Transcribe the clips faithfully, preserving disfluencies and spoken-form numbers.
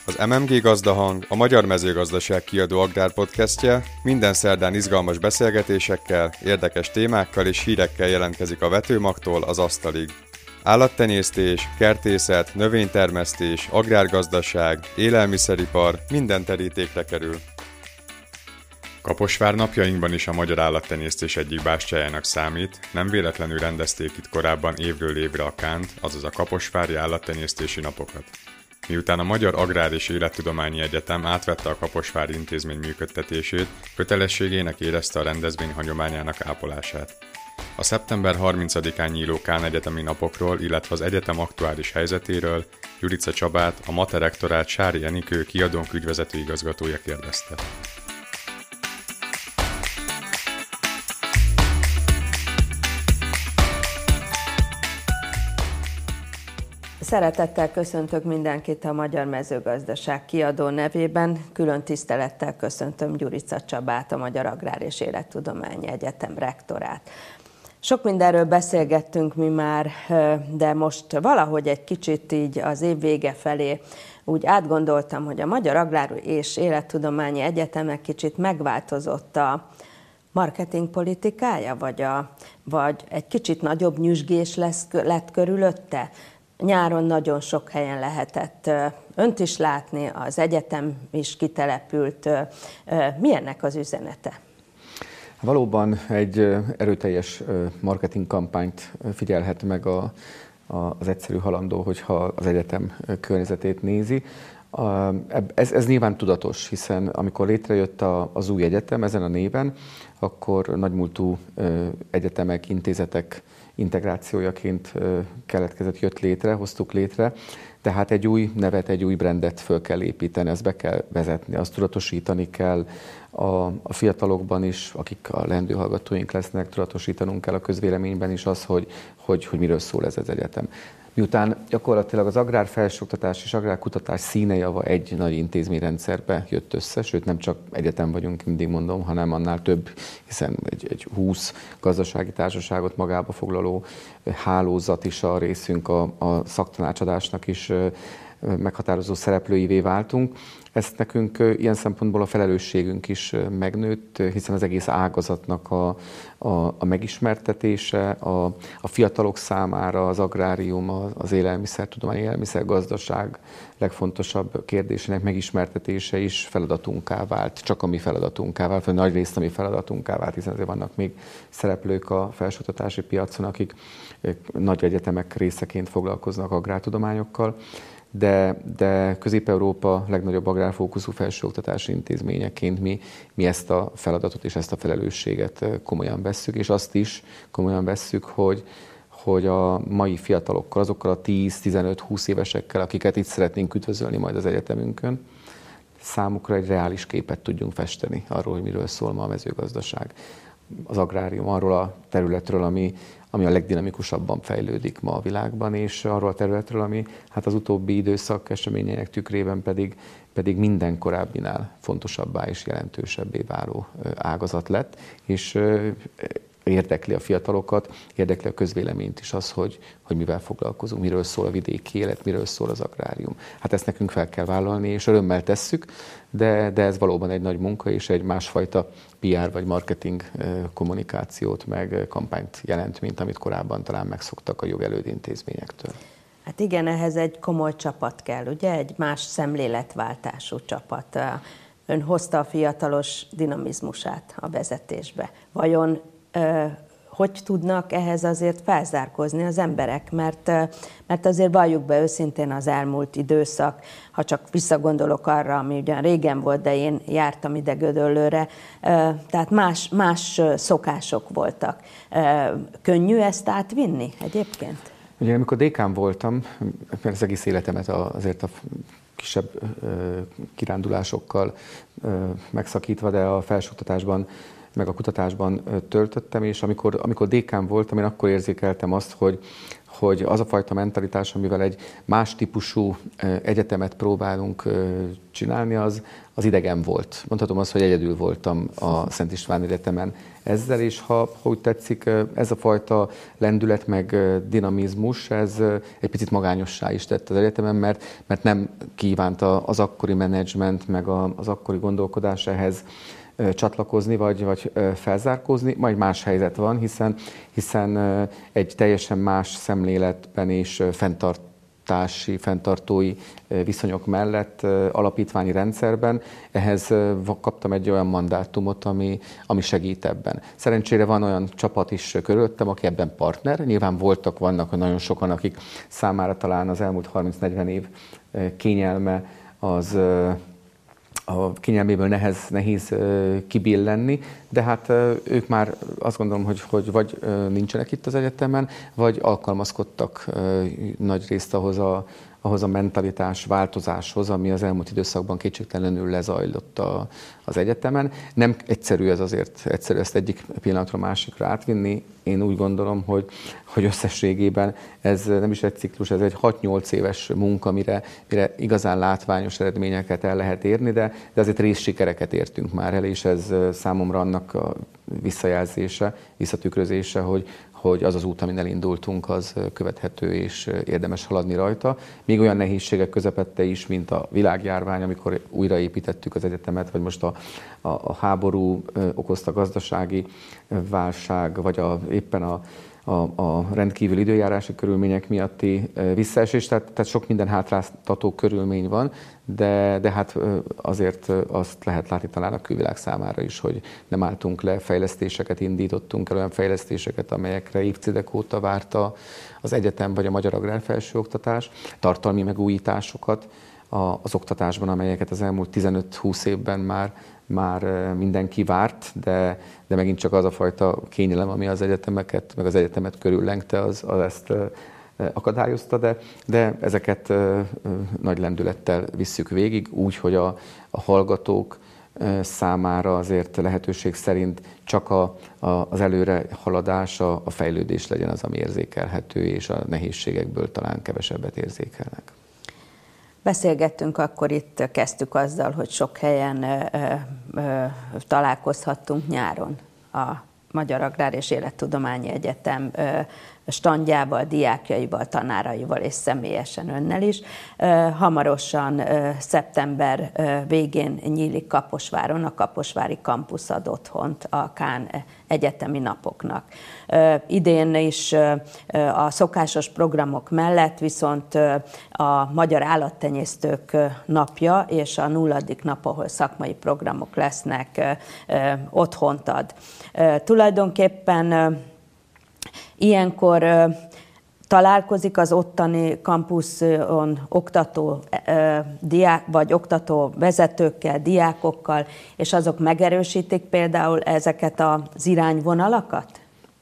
Az em em gé Gazdahang, a Magyar Mezőgazdaság Kiadó agrárpodcastje minden szerdán izgalmas beszélgetésekkel, érdekes témákkal és hírekkel jelentkezik a vetőmagtól az asztalig. Állattenyésztés, kertészet, növénytermesztés, agrárgazdaság, élelmiszeripar minden terítékre kerül. Kaposvár napjainkban is a magyar állattenyésztés egyik bástyájának számít, nem véletlenül rendezték itt korábban évről évre a kánt, azaz a Kaposvári Állattenyésztési Napokat. Miután a Magyar Agrár és Élettudományi Egyetem átvette a Kaposvári intézmény működtetését, kötelességének érezte a rendezvény hagyományának ápolását. A szeptember harmincadikán nyíló Kán egyetemi napokról, illetve az egyetem aktuális helyzetéről Gyurica Csabát, a MATE rektorát Sári Enikő kiadónk ügyvezető igazgatója kérdezte. Szeretettel köszöntök mindenkit a Magyar Mezőgazdaság Kiadó nevében. Külön tisztelettel köszöntöm Gyurica Csabát, a Magyar Agrár és Élettudományi Egyetem rektorát. Sok mindenről beszélgettünk mi már, de most valahogy egy kicsit így az év vége felé úgy átgondoltam, hogy a Magyar Agrár és Élettudományi Egyetemnek kicsit megváltozott a marketingpolitikája, vagy, a, vagy egy kicsit nagyobb nyüzsgés lesz, lett körülötte. Nyáron nagyon sok helyen lehetett önt is látni, az egyetem is kitelepült. Mi ennek az üzenete? Valóban egy erőteljes marketingkampányt figyelhet meg a, a, az egyszerű halandó, hogyha az egyetem környezetét nézi. Ez, ez nyilván tudatos, hiszen amikor létrejött a, az új egyetem ezen a néven, akkor nagymúltú egyetemek, intézetek integrációjaként keletkezett, jött létre, hoztuk létre, tehát egy új nevet, egy új brandet föl kell építeni, ezt be kell vezetni, azt tudatosítani kell a, a fiatalokban is, akik a leendő hallgatóink lesznek, tudatosítanunk kell a közvéleményben is az, hogy, hogy, hogy miről szól ez az egyetem. Miután gyakorlatilag az agrárfelsőoktatás és agrárkutatás színejava egy nagy intézményrendszerbe jött össze, sőt nem csak egyetem vagyunk, mindig mondom, hanem annál több, hiszen egy, egy húsz gazdasági társaságot magába foglaló hálózat is a részünk, a, a szaktanácsadásnak is meghatározó szereplőivé váltunk. Ezt nekünk ilyen szempontból a felelősségünk is megnőtt, hiszen az egész ágazatnak a, a, a megismertetése, a, a fiatalok számára az agrárium, az élelmiszertudomány, élelmiszergazdaság legfontosabb kérdésének megismertetése is feladatunká vált, csak a mi feladatunká vált, vagy nagy részt a mi feladatunká vált, hiszen azért vannak még szereplők a felsőoktatási piacon, akik nagy egyetemek részeként foglalkoznak agrártudományokkal. De, de Közép-Európa legnagyobb agrárfókuszú felsőoktatási intézményeként mi, mi ezt a feladatot és ezt a felelősséget komolyan vesszük, és azt is komolyan vesszük, hogy, hogy a mai fiatalokkal, azokkal a tíz-tizenöt-húsz évesekkel, akiket itt szeretnénk üdvözölni majd az egyetemünkön, számukra egy reális képet tudjunk festeni arról, hogy miről szól ma a mezőgazdaság, az agrárium, arról a területről, ami, ami a legdinamikusabban fejlődik ma a világban, és arról a területről, ami hát az utóbbi időszak eseményeinek tükrében pedig, pedig minden korábbinál fontosabbá és jelentősebbé váló ágazat lett, és érdekli a fiatalokat, érdekli a közvéleményt is az, hogy, hogy mivel foglalkozunk, miről szól a vidéki élet, miről szól az agrárium. Hát ezt nekünk fel kell vállalni, és örömmel tesszük, de, de ez valóban egy nagy munka, és egy másfajta pé er vagy marketing kommunikációt, meg kampányt jelent, mint amit korábban talán megszoktak a jogelőd intézményektől. Hát igen, ehhez egy komoly csapat kell, ugye? Egy más szemléletváltású csapat. Ön hozta a fiatalos dinamizmusát a vezetésbe. Vajon hogy tudnak ehhez azért felzárkózni az emberek, mert, mert azért valljuk be őszintén az elmúlt időszak, ha csak visszagondolok arra, ami ugyan régen volt, de én jártam ide Gödöllőre, tehát más, más szokások voltak. Könnyű ezt átvinni egyébként? Ugye amikor dékán voltam, mert az egész életemet azért a kisebb kirándulásokkal megszakítva, de a felsőoktatásban meg a kutatásban töltöttem, és amikor, amikor dékán voltam, én akkor érzékeltem azt, hogy, hogy az a fajta mentalitás, amivel egy más típusú egyetemet próbálunk csinálni, az, az idegen volt. Mondhatom azt, hogy egyedül voltam a Szent István Egyetemen ezzel, és ha, ha úgy tetszik, ez a fajta lendület meg dinamizmus, ez egy picit magányossá is tett az egyetemen, mert, mert nem kívánta az akkori menedzsment, meg az akkori gondolkodás ehhez csatlakozni, vagy, vagy felzárkózni, majd más helyzet van, hiszen, hiszen egy teljesen más szemléletben és fenntartási, fenntartói viszonyok mellett alapítványi rendszerben ehhez kaptam egy olyan mandátumot, ami, ami segít ebben. Szerencsére van olyan csapat is körülöttem, aki ebben partner. Nyilván voltak, vannak nagyon sokan, akik számára talán az elmúlt harminc-negyven év kényelme az a kényelméből nehez, nehéz kibillenni, de hát ők már azt gondolom, hogy, hogy vagy nincsenek itt az egyetemen, vagy alkalmazkodtak nagy részt ahhoz a, ahhoz a mentalitás változáshoz, ami az elmúlt időszakban kétségtelenül lezajlott a, az egyetemen. Nem egyszerű ez azért, egyszerű ezt egyik pillanatra másikra átvinni. Én úgy gondolom, hogy, hogy összességében ez nem is egy ciklus, ez egy hat-nyolc éves munka, mire, mire igazán látványos eredményeket el lehet érni, de, de azért részsikereket értünk már el, és ez számomra annak a visszajelzése, visszatükrözése, hogy, hogy az az út, amin elindultunk, az követhető és érdemes haladni rajta. Még olyan nehézségek közepette is, mint a világjárvány, amikor újraépítettük az egyetemet, vagy most a, a, a háború okozta gazdasági válság, vagy a, éppen a, a, a rendkívül időjárási körülmények miatti visszaesés, tehát, tehát sok minden hátráltató körülmény van, de, de hát azért azt lehet látni talán a külvilág számára is, hogy nem álltunk le, fejlesztéseket indítottunk el, olyan fejlesztéseket, amelyekre évtizedek óta várta az egyetem vagy a magyar agrárfelsőoktatás, tartalmi megújításokat az oktatásban, amelyeket az elmúlt tizenöt-húsz évben már már mindenki várt, de, de megint csak az a fajta kényelem, ami az egyetemeket, meg az egyetemet körüllengte, az, az ezt akadályozta, de, de ezeket nagy lendülettel visszük végig, úgy, hogy a, a hallgatók számára azért lehetőség szerint csak a, a, az előre haladás, a, a fejlődés legyen az, ami érzékelhető, és a nehézségekből talán kevesebbet érzékelnek. Beszélgettünk, akkor itt kezdtük azzal, hogy sok helyen ö, ö, találkozhattunk nyáron a Magyar Agrár és Élettudományi Egyetem ö, standjával, diákjaival, tanáraival és személyesen önnel is. Hamarosan szeptember végén nyílik Kaposváron, a kaposvári kampusz ad otthont a Kán egyetemi napoknak. Idén is a szokásos programok mellett viszont a Magyar Állattenyésztők napja és a nulladik nap, ahol szakmai programok lesznek, otthont ad. Tulajdonképpen ilyenkor találkozik az ottani kampuszon oktató diák, vagy oktató vezetőkkel, diákokkal, és azok megerősítik például ezeket az irányvonalakat?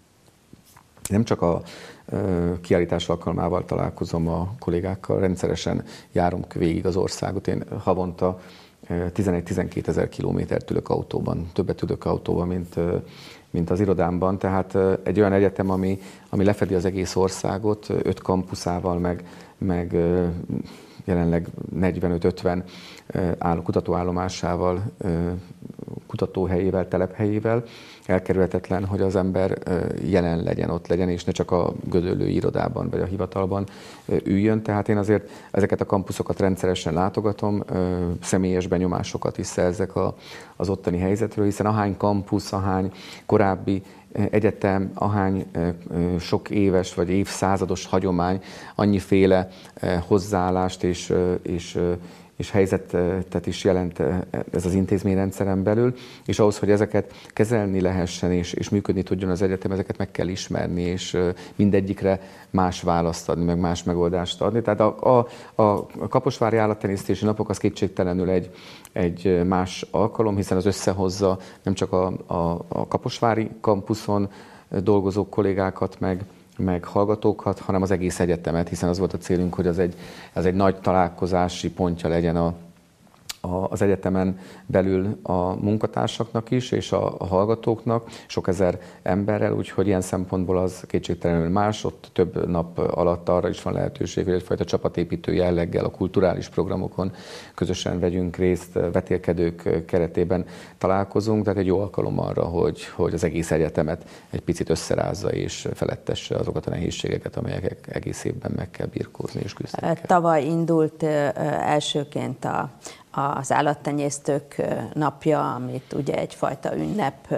Nem csak a kiállítás alkalmával találkozom a kollégákkal, rendszeresen járunk végig az országot. Én havonta tizenegy-tizenkét ezer kilométert ülök autóban, többet ülök autóban, mint mint az irodámban, tehát egy olyan egyetem, ami, ami lefedi az egész országot, öt kampuszával, meg, meg jelenleg negyvenöt-ötven álló kutatóállomásával, kutatóhelyével, telephelyével. Elkerülhetetlen, hogy az ember jelen legyen, ott legyen, és ne csak a gödöllő irodában vagy a hivatalban üljön. Tehát én azért ezeket a kampuszokat rendszeresen látogatom, személyes benyomásokat is szerzek az ottani helyzetről, hiszen ahány kampusz, ahány korábbi egyetem, ahány sok éves vagy évszázados hagyomány, annyiféle hozzáállást és, és és helyzetet is jelent ez az intézményrendszeren belül, és ahhoz, hogy ezeket kezelni lehessen és, és működni tudjon az egyetem, ezeket meg kell ismerni, és mindegyikre más választ adni, meg más megoldást adni. Tehát a, a, a Kaposvári Állattenyésztési Napok az kétségtelenül egy, egy más alkalom, hiszen az összehozza nem csak a, a, a Kaposvári kampuszon dolgozó kollégákat, meg meg hallgatókat, hanem az egész egyetemet, hiszen az volt a célunk, hogy az egy, az egy nagy találkozási pontja legyen a, az egyetemen belül a munkatársaknak is, és a, a hallgatóknak, sok ezer emberrel, úgyhogy ilyen szempontból az kétségtelenül más, ott több nap alatt arra is van lehetőség, hogy egyfajta csapatépítő jelleggel a kulturális programokon közösen vegyünk részt, vetélkedők keretében találkozunk, tehát egy jó alkalom arra, hogy, hogy az egész egyetemet egy picit összerázza és felettesse azokat a nehézségeket, amelyek egész évben meg kell birkózni és küzdeni kell. Tavaly indult elsőként a az állattenyésztők napja, amit ugye egyfajta ünnep,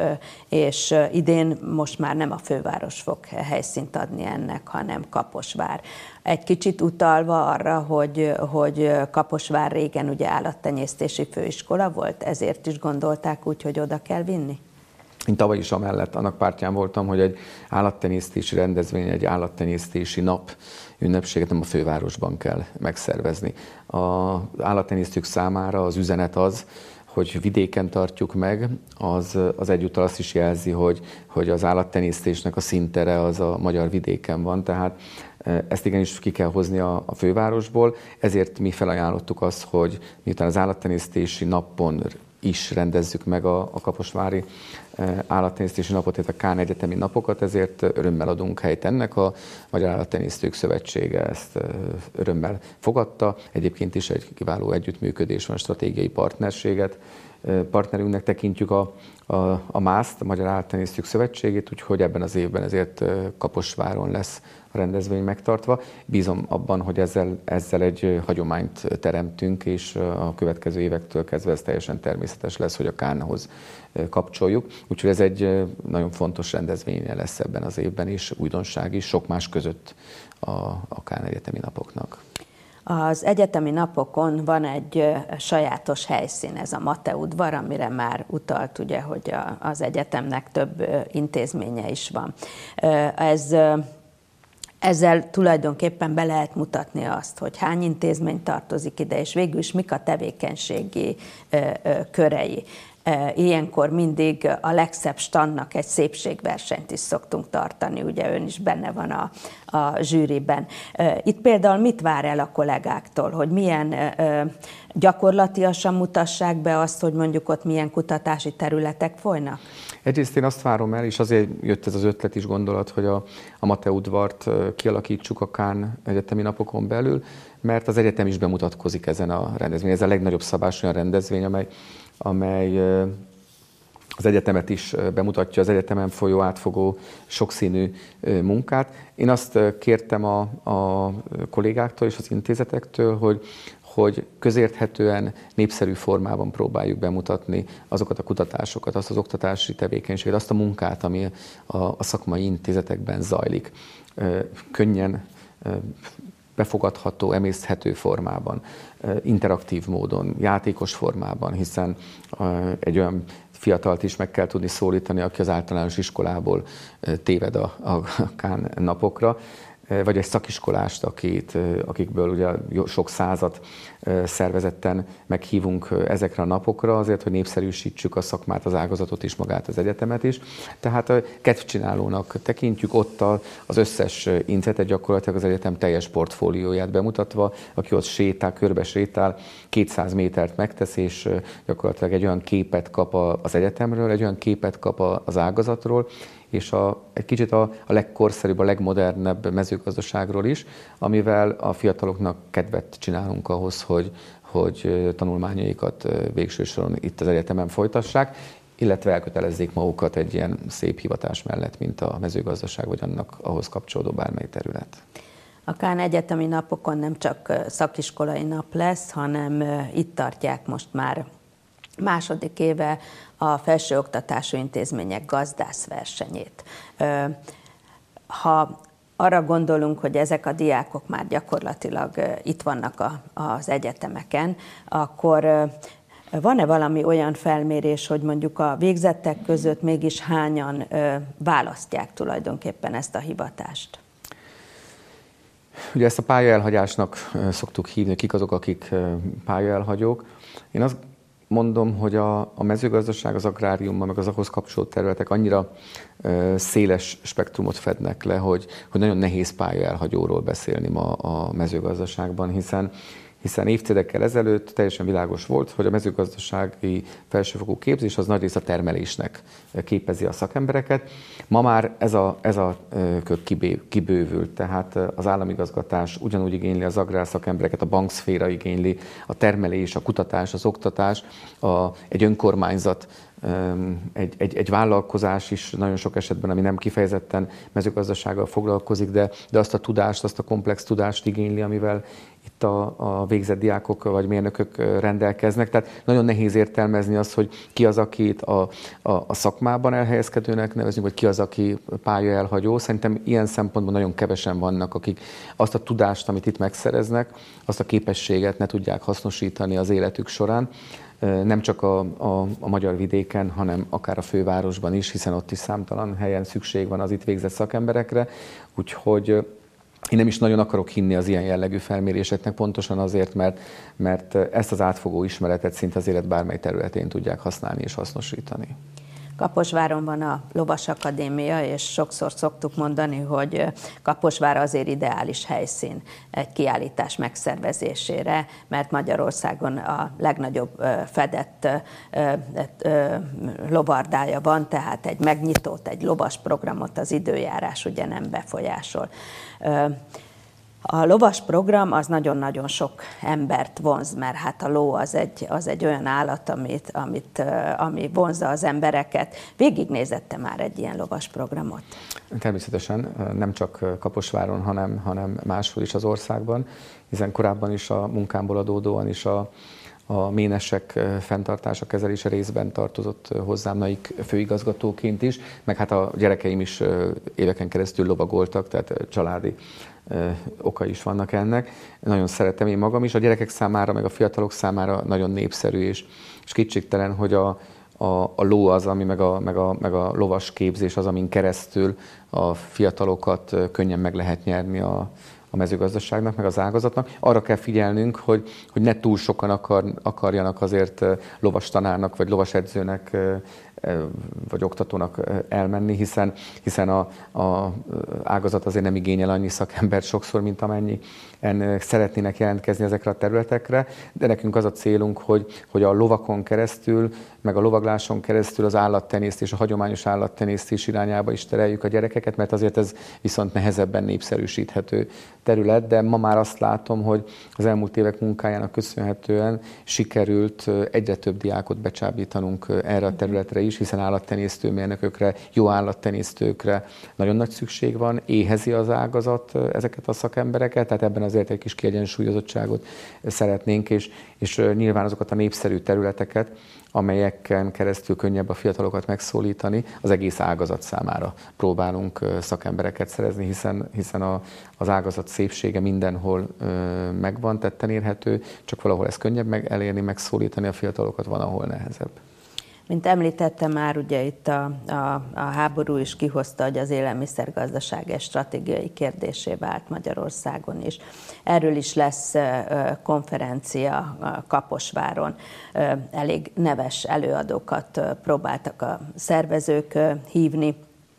és idén most már nem a főváros fog helyszínt adni ennek, hanem Kaposvár. Egy kicsit utalva arra, hogy, hogy Kaposvár régen ugye állattenyésztési főiskola volt, ezért is gondolták úgy, hogy oda kell vinni? Én tavaly is amellett annak pártján voltam, hogy egy állattenyésztési rendezvény, egy állattenyésztési nap ünnepséget nem a fővárosban kell megszervezni. Az állattenyésztők számára az üzenet az, hogy vidéken tartjuk meg, az, az egyúttal azt is jelzi, hogy, hogy az állattenyésztésnek a színtere az a magyar vidéken van, tehát ezt igenis ki kell hozni a, a fővárosból, ezért mi felajánlottuk azt, hogy miután az állattenyésztési napon is rendezzük meg a, a kaposvári állattenyésztési napot, tehát a Kán egyetemi napokat, ezért örömmel adunk helyt ennek. A Magyar Állattenyésztők Szövetsége ezt örömmel fogadta. Egyébként is egy kiváló együttműködés van, stratégiai partnerséget. Partnerünknek tekintjük a, a, a mászt, a Magyar Állattenyésztők Szövetségét, úgyhogy ebben az évben ezért Kaposváron lesz a rendezvény megtartva. Bízom abban, hogy ezzel, ezzel egy hagyományt teremtünk, és a következő évektől kezdve ez teljesen természetes lesz, hogy a Kánhoz kapcsoljuk. Úgyhogy ez egy nagyon fontos rendezvénye lesz ebben az évben, és újdonság is, sok más között a, a Kán egyetemi napoknak. Az egyetemi napokon van egy sajátos helyszín, ez a Mate udvar, amire már utalt, ugye, hogy az egyetemnek több intézménye is van. Ez, ezzel tulajdonképpen be lehet mutatni azt, hogy hány intézmény tartozik ide, és végül is mik a tevékenységi körei. Ilyenkor mindig a legszebb standnak egy szépségversenyt is szoktunk tartani, ugye ön is benne van a, a zsűriben. Itt például mit vár el a kollégáktól, hogy milyen gyakorlatiasan mutassák be azt, hogy mondjuk ott milyen kutatási területek folynak? Egyrészt én azt várom el, és azért jött ez az ötlet is gondolat, hogy a, a Mate udvart kialakítsuk a Kán egyetemi napokon belül, mert az egyetem is bemutatkozik ezen a rendezvényen. Ez a legnagyobb szabás olyan rendezvény, amely amely az egyetemet is bemutatja, az egyetemen folyó átfogó, sokszínű munkát. Én azt kértem a, a kollégáktól és az intézetektől, hogy, hogy közérthetően, népszerű formában próbáljuk bemutatni azokat a kutatásokat, azt az oktatási tevékenységet, azt a munkát, ami a, a szakmai intézetekben zajlik. Könnyen befogadható, emészthető formában, interaktív módon, játékos formában, hiszen egy olyan fiatalt is meg kell tudni szólítani, aki az általános iskolából téved a, a Kán napokra, vagy egy szakiskolást, akit, akikből ugye sok százat szervezetten meghívunk ezekre a napokra, azért, hogy népszerűsítsük a szakmát, az ágazatot is, magát az egyetemet is. Tehát kedvcsinálónak tekintjük, ott az összes intézetet gyakorlatilag az egyetem teljes portfólióját bemutatva, aki ott sétál, körbe sétál, kétszáz métert megtesz, és gyakorlatilag egy olyan képet kap az egyetemről, egy olyan képet kap az ágazatról, és a, egy kicsit a, a legkorszerűbb, a legmodernebb mezőgazdaságról is, amivel a fiataloknak kedvet csinálunk ahhoz, hogy, hogy tanulmányaikat végső soron itt az egyetemen folytassák, illetve elkötelezzék magukat egy ilyen szép hivatás mellett, mint a mezőgazdaság, vagy annak ahhoz kapcsolódó bármely terület. A Kán egyetemi napokon nem csak szakiskolai nap lesz, hanem itt tartják most már második éve a felsőoktatású intézmények gazdászversenyét. Ha arra gondolunk, hogy ezek a diákok már gyakorlatilag itt vannak a, az egyetemeken, akkor van-e valami olyan felmérés, hogy mondjuk a végzettek között mégis hányan választják tulajdonképpen ezt a hivatást? Ugye ezt a pályaelhagyásnak szoktuk hívni, kik azok, akik pályaelhagyók. Én azt mondom, hogy a, a mezőgazdaság, az agráriumban, meg az ahhoz kapcsolódó területek annyira ö, széles spektrumot fednek le, hogy, hogy nagyon nehéz pályaelhagyóról beszélni ma a mezőgazdaságban, hiszen, hiszen évtizedekkel ezelőtt teljesen világos volt, hogy a mezőgazdasági felsőfokú képzés az nagyrészt a termelésnek képezi a szakembereket. Ma már ez a, ez a kör kibővült, tehát az államigazgatás ugyanúgy igényli az agrárszakembereket, a bankszféra igényli, a termelés, a kutatás, az oktatás, a, egy önkormányzat, Egy, egy, egy vállalkozás is nagyon sok esetben, ami nem kifejezetten mezőgazdasággal foglalkozik, de, de azt a tudást, azt a komplex tudást igényli, amivel itt a, a végzett diákok vagy mérnökök rendelkeznek. Tehát nagyon nehéz értelmezni azt, hogy ki az, akit a, a, a szakmában elhelyezkedőnek nevezünk, vagy ki az, aki pálya elhagyó. Szerintem ilyen szempontból nagyon kevesen vannak, akik azt a tudást, amit itt megszereznek, azt a képességet ne tudják hasznosítani az életük során. Nem csak a, a, a magyar vidéken, hanem akár a fővárosban is, hiszen ott is számtalan helyen szükség van az itt végzett szakemberekre. Úgyhogy én nem is nagyon akarok hinni az ilyen jellegű felméréseknek, pontosan azért, mert, mert ezt az átfogó ismeretet szinte az élet bármely területén tudják használni és hasznosítani. Kaposváron van a Lovas Akadémia, és sokszor szoktuk mondani, hogy Kaposvár azért ideális helyszín egy kiállítás megszervezésére, mert Magyarországon a legnagyobb fedett lovardája van, tehát egy megnyitót, egy lovas programot az időjárás ugye nem befolyásol. A lovas program az nagyon-nagyon sok embert vonz, mert hát a ló az egy, az egy olyan állat, amit, amit, ami vonzza az embereket. Végignézette már egy ilyen lovas programot? Természetesen nem csak Kaposváron, hanem, hanem máshol is az országban, hiszen korábban is a munkámból adódóan is a, a ménesek fenntartása, kezelése részben tartozott hozzám naik főigazgatóként is, meg hát a gyerekeim is éveken keresztül lovagoltak, tehát családi okai is vannak ennek. Nagyon szeretem én magam is. A gyerekek számára, meg a fiatalok számára nagyon népszerű, és, és kétségtelen, hogy a, a, a ló az, ami meg a, meg, a, meg a lovas képzés az, amin keresztül a fiatalokat könnyen meg lehet nyerni a, a mezőgazdaságnak, meg az ágazatnak. Arra kell figyelnünk, hogy, hogy ne túl sokan akar, akarjanak azért lovas tanárnak, vagy lovas edzőnek vagy oktatónak elmenni, hiszen, hiszen a, a ágazat azért nem igényel annyi szakembert sokszor, mint amennyi szeretnének jelentkezni ezekre a területekre, de nekünk az a célunk, hogy, hogy a lovakon keresztül, meg a lovagláson keresztül az állattenyésztés, a hagyományos állattenyésztés irányába is tereljük a gyerekeket, mert azért ez viszont nehezebben népszerűsíthető terület, de ma már azt látom, hogy az elmúlt évek munkájának köszönhetően sikerült egyre több diákot becsábítanunk erre a területre is, hiszen állattenyésztőmérnökökre, jó állattenyésztőkre nagyon nagy szükség van, éhezi az ágazat ezeket a szakembereket, tehát ebben azért egy kis kiegyensúlyozottságot szeretnénk, és, és nyilván azokat a népszerű területeket, amelyeken keresztül könnyebb a fiatalokat megszólítani, az egész ágazat számára próbálunk szakembereket szerezni, hiszen, hiszen a, az ágazat szépsége mindenhol megvan, tetten érhető, csak valahol ez könnyebb meg elérni, megszólítani a fiatalokat, van, ahol nehezebb. Mint említettem már, ugye itt a, a, a háború is kihozta, hogy az élelmiszergazdaság egy stratégiai kérdésé vált Magyarországon is. Erről is lesz konferencia Kaposváron. Elég neves előadókat próbáltak a szervezők hívni.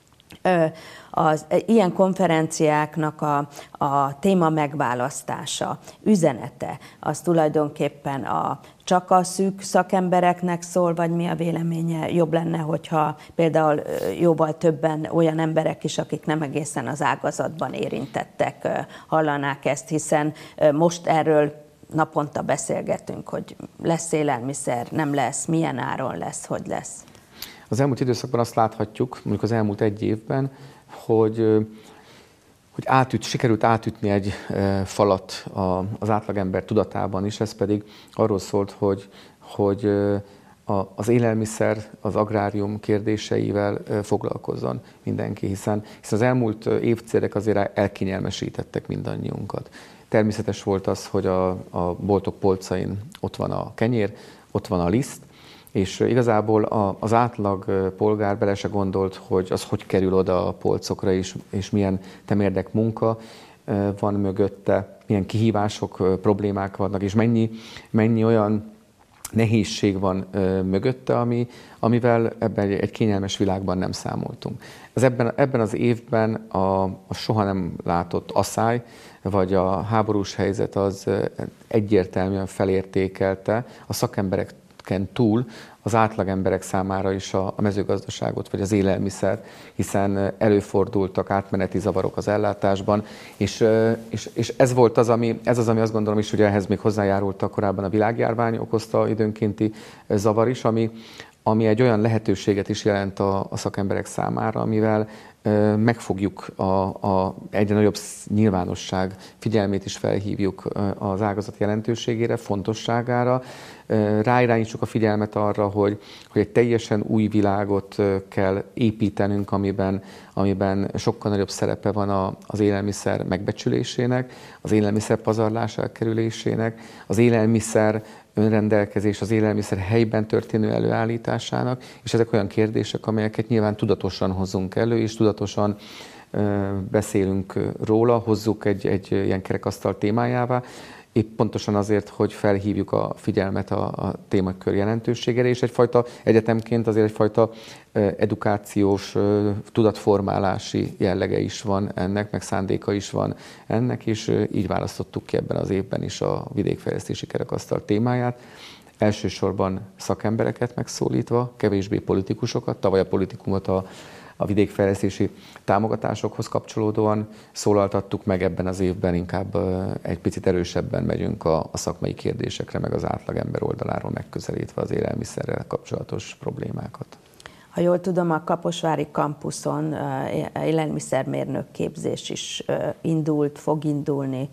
Az ilyen konferenciáknak a, a téma megválasztása, üzenete, az tulajdonképpen a, csak a szűk szakembereknek szól, vagy mi a véleménye? Jobb lenne, hogyha például jóval többen olyan emberek is, akik nem egészen az ágazatban érintettek, hallanák ezt, hiszen most erről naponta beszélgetünk, hogy lesz élelmiszer, nem lesz, milyen áron lesz, hogy lesz. Az elmúlt időszakban azt láthatjuk, mondjuk az elmúlt egy évben, hogy, hogy átüt, sikerült átütni egy falat az átlagember tudatában is, ez pedig arról szólt, hogy, hogy az élelmiszer, az agrárium kérdéseivel foglalkozzon mindenki, hiszen, hiszen az elmúlt évtizedek azért elkényelmesítettek mindannyiunkat. Természetes volt az, hogy a, a boltok polcain ott van a kenyér, ott van a liszt, és igazából az átlag polgár bele se gondolt, hogy az hogy kerül oda a polcokra, és, és milyen temérdek munka van mögötte, milyen kihívások, problémák vannak, és mennyi, mennyi olyan nehézség van ö, mögötte, ami, amivel ebben egy, egy kényelmes világban nem számoltunk. Ez ebben, ebben az évben a, a soha nem látott asszály, vagy a háborús helyzet az egyértelműen felértékelte a szakembereken túl az átlagemberek számára is a, a mezőgazdaságot, vagy az élelmiszer, hiszen előfordultak átmeneti zavarok az ellátásban, és, és, és ez volt az, ami, ez az, ami azt gondolom is, hogy ehhez még hozzájárultak korábban a világjárvány okozta időnkénti zavar is, ami, ami egy olyan lehetőséget is jelent a, a szakemberek számára, amivel megfogjuk a, a egyre nagyobb nyilvánosság figyelmét is felhívjuk az ágazat jelentőségére, fontosságára, ráirányítsuk a figyelmet arra, hogy, hogy egy teljesen új világot kell építenünk, amiben, amiben sokkal nagyobb szerepe van a, az élelmiszer megbecsülésének, az élelmiszer pazarlás elkerülésének, az élelmiszer önrendelkezés, az élelmiszer helyben történő előállításának, és ezek olyan kérdések, amelyeket nyilván tudatosan hozunk elő, és tudatosan ö, beszélünk róla, hozzuk egy, egy ilyen kerekasztal témájává, épp pontosan azért, hogy felhívjuk a figyelmet a, a témakör jelentőségére, és egyfajta egyetemként azért egyfajta edukációs, tudatformálási jellege is van ennek, meg szándéka is van ennek, és így választottuk ki ebben az évben is a vidékfejlesztési kerekasztal témáját. Elsősorban szakembereket megszólítva, kevésbé politikusokat, tavaly a politikumot a a vidékfejlesztési támogatásokhoz kapcsolódóan szólaltattuk meg, ebben az évben inkább egy picit erősebben megyünk a, a szakmai kérdésekre, meg az átlagember oldaláról megközelítve az élelmiszerrel kapcsolatos problémákat. Ha jól tudom, a kaposvári kampuszon élelmiszermérnök képzés is indult, fog indulni,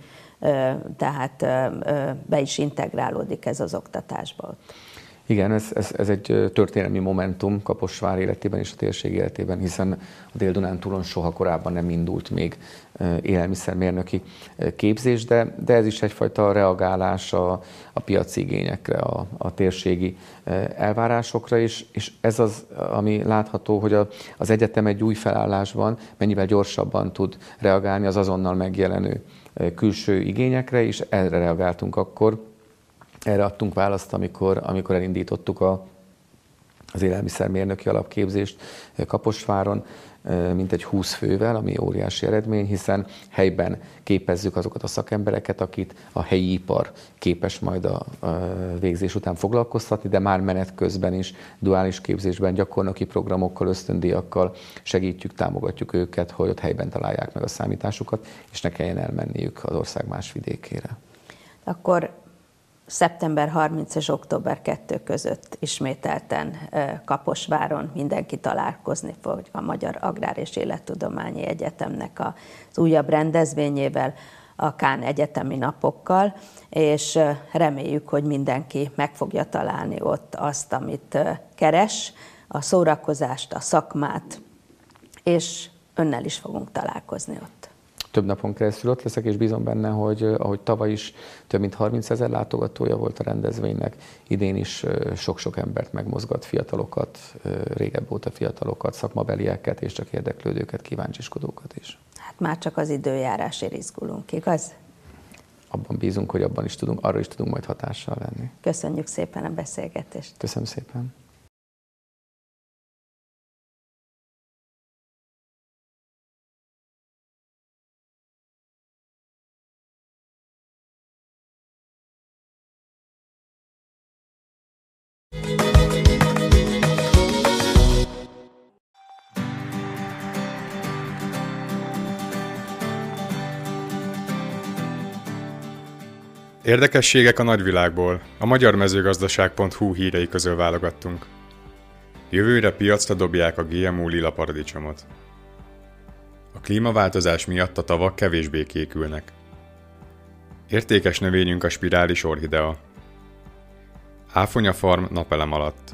tehát be is integrálódik ez az oktatásba ott. Igen, ez, ez, ez egy történelmi momentum Kaposvár életében és a térség életében, hiszen a Dél-Dunántúlon soha korábban nem indult még élelmiszermérnöki képzés, de, de ez is egyfajta reagálás a, a piaci igényekre, a, a térségi elvárásokra is, és ez az, ami látható, hogy a, az egyetem egy új felállásban mennyivel gyorsabban tud reagálni az azonnal megjelenő külső igényekre, és erre reagáltunk akkor. Erre adtunk választ, amikor, amikor elindítottuk a, az élelmiszermérnöki alapképzést Kaposváron, mintegy húsz fővel, ami óriási eredmény, hiszen helyben képezzük azokat a szakembereket, akit a helyi ipar képes majd a végzés után foglalkoztatni, de már menet közben is duális képzésben, gyakornoki programokkal, ösztöndíjakkal segítjük, támogatjuk őket, hogy ott helyben találják meg a számításukat, és ne kelljen elmenniük az ország más vidékére. Akkor szeptember harmincadika és október kettő között ismételten Kaposváron mindenki találkozni fog a Magyar Agrár és Élettudományi Egyetemnek az újabb rendezvényével, a Kán Egyetemi Napokkal, és reméljük, hogy mindenki meg fogja találni ott azt, amit keres, a szórakozást, a szakmát, és önnel is fogunk találkozni ott. Több napon keresztül ott leszek, és bízom benne, hogy ahogy tavaly is több mint harmincezer látogatója volt a rendezvénynek, idén is sok-sok embert megmozgat, fiatalokat, régebb óta fiatalokat, szakmabelieket, és csak érdeklődőket, kíváncsiskodókat is. Hát már csak az időjárásért izgulunk, igaz? Abban bízunk, hogy abban is tudunk, arra is tudunk majd hatással lenni. Köszönjük szépen a beszélgetést. Köszönöm szépen. Érdekességek a nagyvilágból. A magyar mezőgazdaság pont hu hírei közül válogattunk. Jövőre piacra dobják a gé em o lila paradicsomot. A klímaváltozás miatt a tavak kevésbé kékülnek. Értékes növényünk a spirális orchidea. Áfonyafarm napelem alatt.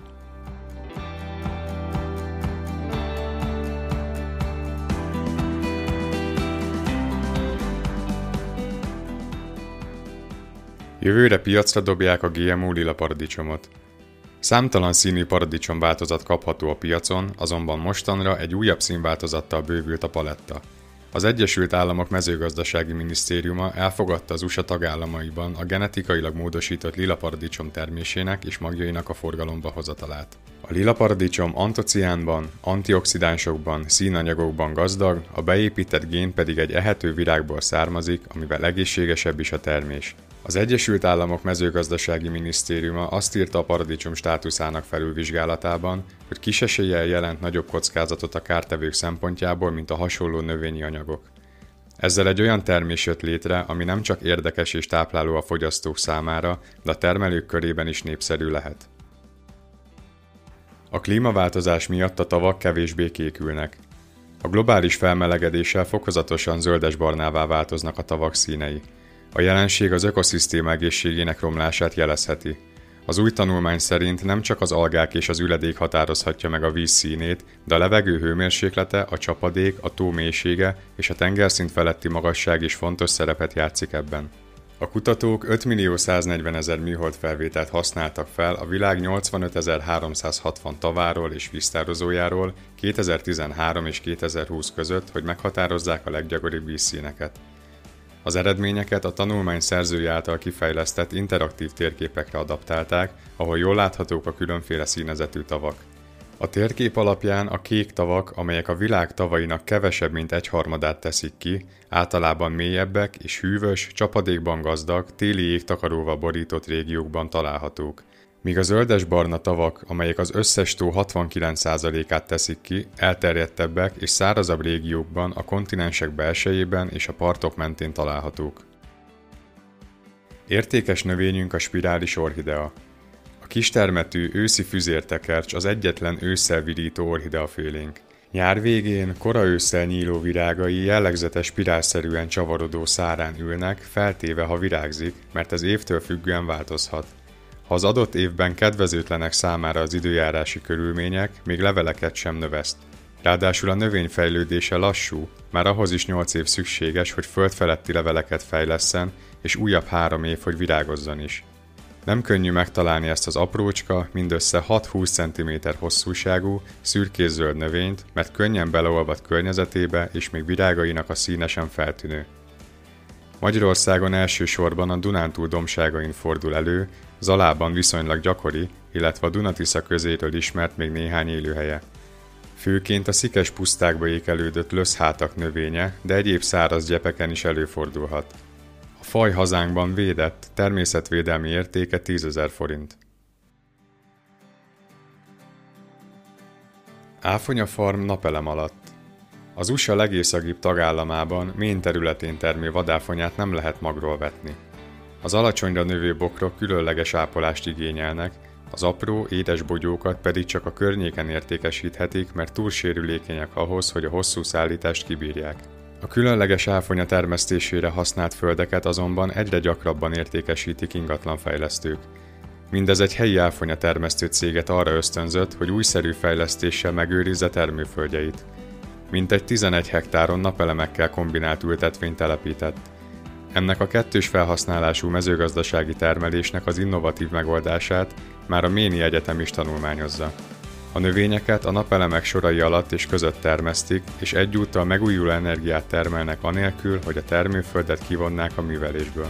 Jövőre piacra dobják a gé em o lila paradicsomot. Számtalan színű paradicsom változat kapható a piacon, azonban mostanra egy újabb színváltozattal bővült a paletta. Az Egyesült Államok mezőgazdasági minisztériuma elfogadta az u es á tagállamaiban a genetikailag módosított lila paradicsom termésének és magjainak a forgalomba hozatalát. A lila paradicsom antociánban, antioxidánsokban, színanyagokban gazdag, a beépített gén pedig egy ehető virágból származik, amivel egészségesebb is a termés. Az Egyesült Államok mezőgazdasági minisztériuma azt írta a paradicsom státuszának felülvizsgálatában, hogy kis eséllyel jelent nagyobb kockázatot a kártevők szempontjából, mint a hasonló növényi anyagok. Ezzel egy olyan termés jött létre, ami nem csak érdekes és tápláló a fogyasztók számára, de a termelők körében is népszerű lehet. A klímaváltozás miatt a tavak kevésbé kékülnek. A globális felmelegedéssel fokozatosan zöldesbarnává változnak a tavak színei. A jelenség az ökoszisztéma egészségének romlását jelezheti. Az új tanulmány szerint nem csak az algák és az üledék határozhatja meg a víz színét, de a levegő hőmérséklete, a csapadék, a tó mélysége és a tengerszint feletti magasság is fontos szerepet játszik ebben. A kutatók ötmillió-száznegyvenezer műhold felvételt használtak fel a világ nyolcvanötezer-háromszázhatvan taváról és víztározójáról kétezer-tizenhárom és kétezer-húsz között, hogy meghatározzák a leggyakoribb vízszíneket. Az eredményeket a tanulmány szerzője által kifejlesztett interaktív térképekre adaptálták, ahol jól láthatók a különféle színezetű tavak. A térkép alapján a kék tavak, amelyek a világ tavainak kevesebb mint egyharmadát teszik ki, általában mélyebbek és hűvös, csapadékban gazdag, téli jégtakaróval borított régiókban találhatók. Míg a zöldes-barna tavak, amelyek az összes tó hatvankilenc százalékát teszik ki, elterjedtebbek és szárazabb régiókban, a kontinensek belsejében és a partok mentén találhatók. Értékes növényünk a spirális orchidea. A kistermetű őszi füzértekercs az egyetlen ősszel virító orchideafélénk. Nyár végén, kora ősszel nyíló virágai jellegzetes spirálszerűen csavarodó szárán ülnek, feltéve ha virágzik, mert ez évtől függően változhat. Ha az adott évben kedvezőtlenek számára az időjárási körülmények, még leveleket sem növeszt. Ráadásul a növény fejlődése lassú, már ahhoz is nyolc év szükséges, hogy földfeletti leveleket fejlesszen, és újabb három év, hogy virágozzon is. Nem könnyű megtalálni ezt az aprócska, mindössze hat-húsz centiméter hosszúságú, szürkészöld növényt, mert könnyen beleolvad környezetébe, és még virágainak a színe sem feltűnő. Magyarországon elsősorban a Dunántúl dombságain fordul elő, Zalában viszonylag gyakori, illetve a Duna-Tisza közéről ismert még néhány élőhelye. Főként a szikes pusztákba ékelődött löszhátak növénye, de egyéb száraz gyepeken is előfordulhat. A faj hazánkban védett, természetvédelmi értéke tízezer forint. Áfonyafarm napelem alatt. Az u es á legészagibb tagállamában Maine területén termő vadáfonyát nem lehet magról vetni. Az alacsonyra növő bokrok különleges ápolást igényelnek, az apró, édes bogyókat pedig csak a környéken értékesíthetik, mert túl sérülékenyek ahhoz, hogy a hosszú szállítást kibírják. A különleges áfonya termesztésére használt földeket azonban egyre gyakrabban értékesítik ingatlanfejlesztők. Mindez egy helyi áfonya termesztő céget arra ösztönzött, hogy újszerű fejlesztéssel megőrizze termőföldjeit. Mintegy tizenegy hektáron napelemekkel kombinált ültetvényt telepített. Ennek a kettős felhasználású mezőgazdasági termelésnek az innovatív megoldását már a Maine-i egyetem is tanulmányozza. A növényeket a napelemek sorai alatt és között termesztik, és egyúttal megújuló energiát termelnek anélkül, hogy a termőföldet kivonnák a művelésből.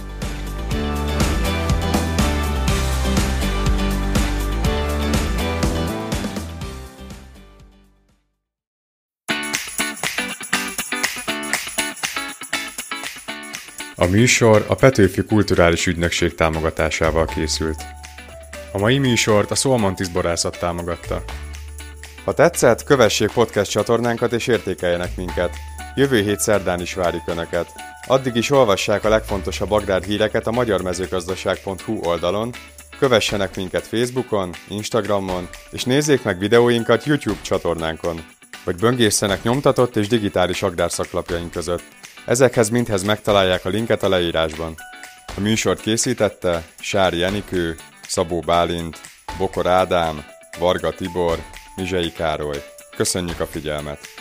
A műsor a Petőfi Kulturális Ügynökség támogatásával készült. A mai műsort a Szolmontis Borászat támogatta. Ha tetszett, kövessék podcast csatornánkat és értékeljenek minket. Jövő hét szerdán is várjuk Önöket. Addig is olvassák a legfontosabb agrárhíreket a magyarmezőgazdaság pont hu oldalon, kövessenek minket Facebookon, Instagramon, és nézzék meg videóinkat YouTube csatornánkon, vagy böngészenek nyomtatott és digitális agrárszaklapjaink között. Ezekhez mindhez megtalálják a linket a leírásban. A műsort készítette Sári Enikő, Szabó Bálint, Bokor Ádám, Varga Tibor, Mizsei Károly. Köszönjük a figyelmet!